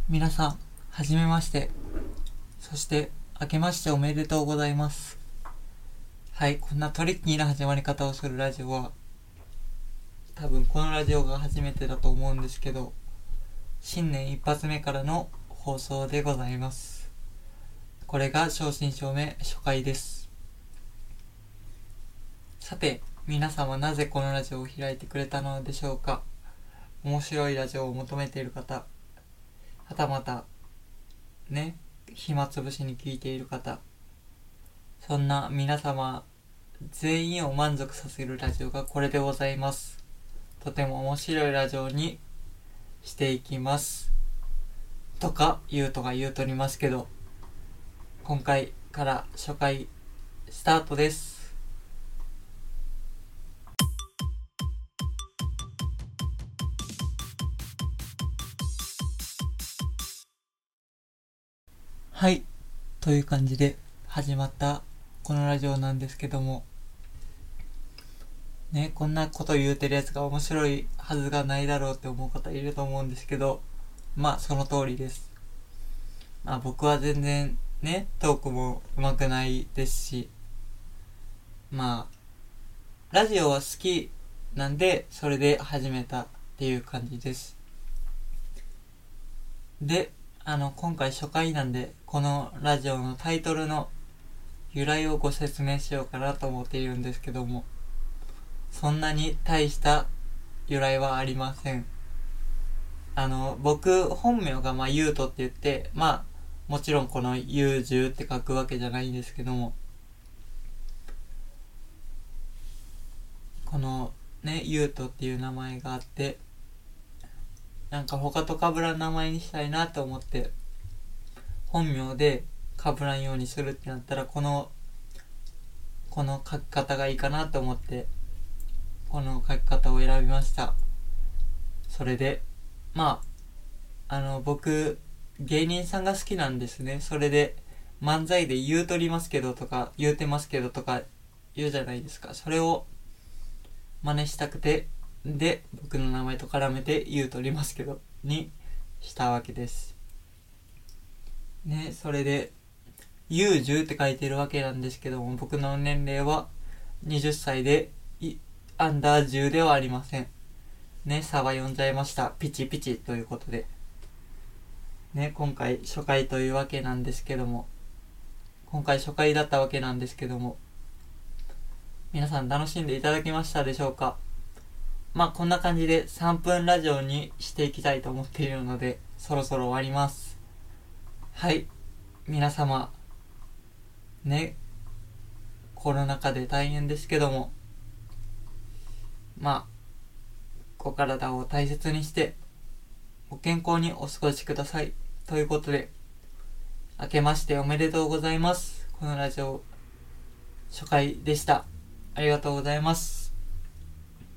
皆さん、はじめまして。そして、明けましておめでとうございます。はい、こんなトリッキーな始まり方をするラジオは、多分このラジオが初めてだと思うんですけど、新年一発目からの放送でございます。これが正真正銘初回です。さて、皆様なぜこのラジオを開いてくれたのでしょうか。面白いラジオを求めている方、はたまたね、暇つぶしに聞いている方、そんな皆様全員を満足させるラジオがこれでございます。とても面白いラジオにしていきますとか言うとりますけど、今回から初回スタートです。はい、という感じで始まったこのラジオなんですけどもね、こんなこと言うてるやつが面白いはずがないだろうって思う方いると思うんですけど、まあその通りです。まあ僕は全然ね、トークも上手くないですし、まあラジオは好きなんでそれで始めたっていう感じです。で、今回初回なんでこのラジオのタイトルの由来をご説明しようかなと思っているんですけども、そんなに大した由来はありません。僕本名がゆうとって言って、もちろんこの優柔って書くわけじゃないんですけども、このね、ゆうとっていう名前があって、なんか他と被らん名前にしたいなと思って、本名で被らんようにするってなったら、この書き方がいいかなと思って、この書き方を選びました。それで、僕、芸人さんが好きなんですね。それで、漫才で言うとりますけどとか、言うてますけどとか言うじゃないですか。それを真似したくて、で、僕の名前と絡めて言うとりますけどにしたわけです。ね、それで、U10って書いてるわけなんですけども、僕の年齢は20歳で、アンダー10ではありません。ね、差は読んじゃいました。ピチピチということで。ね、今回初回というわけなんですけども、今回初回だったわけなんですけども、皆さん楽しんでいただけましたでしょうか。こんな感じで3分ラジオにしていきたいと思っているので、そろそろ終わります。はい、皆様、ね、コロナ禍で大変ですけども、お体を大切にして、ご健康にお過ごしください。ということで、明けましておめでとうございます。このラジオ、初回でした。ありがとうございます。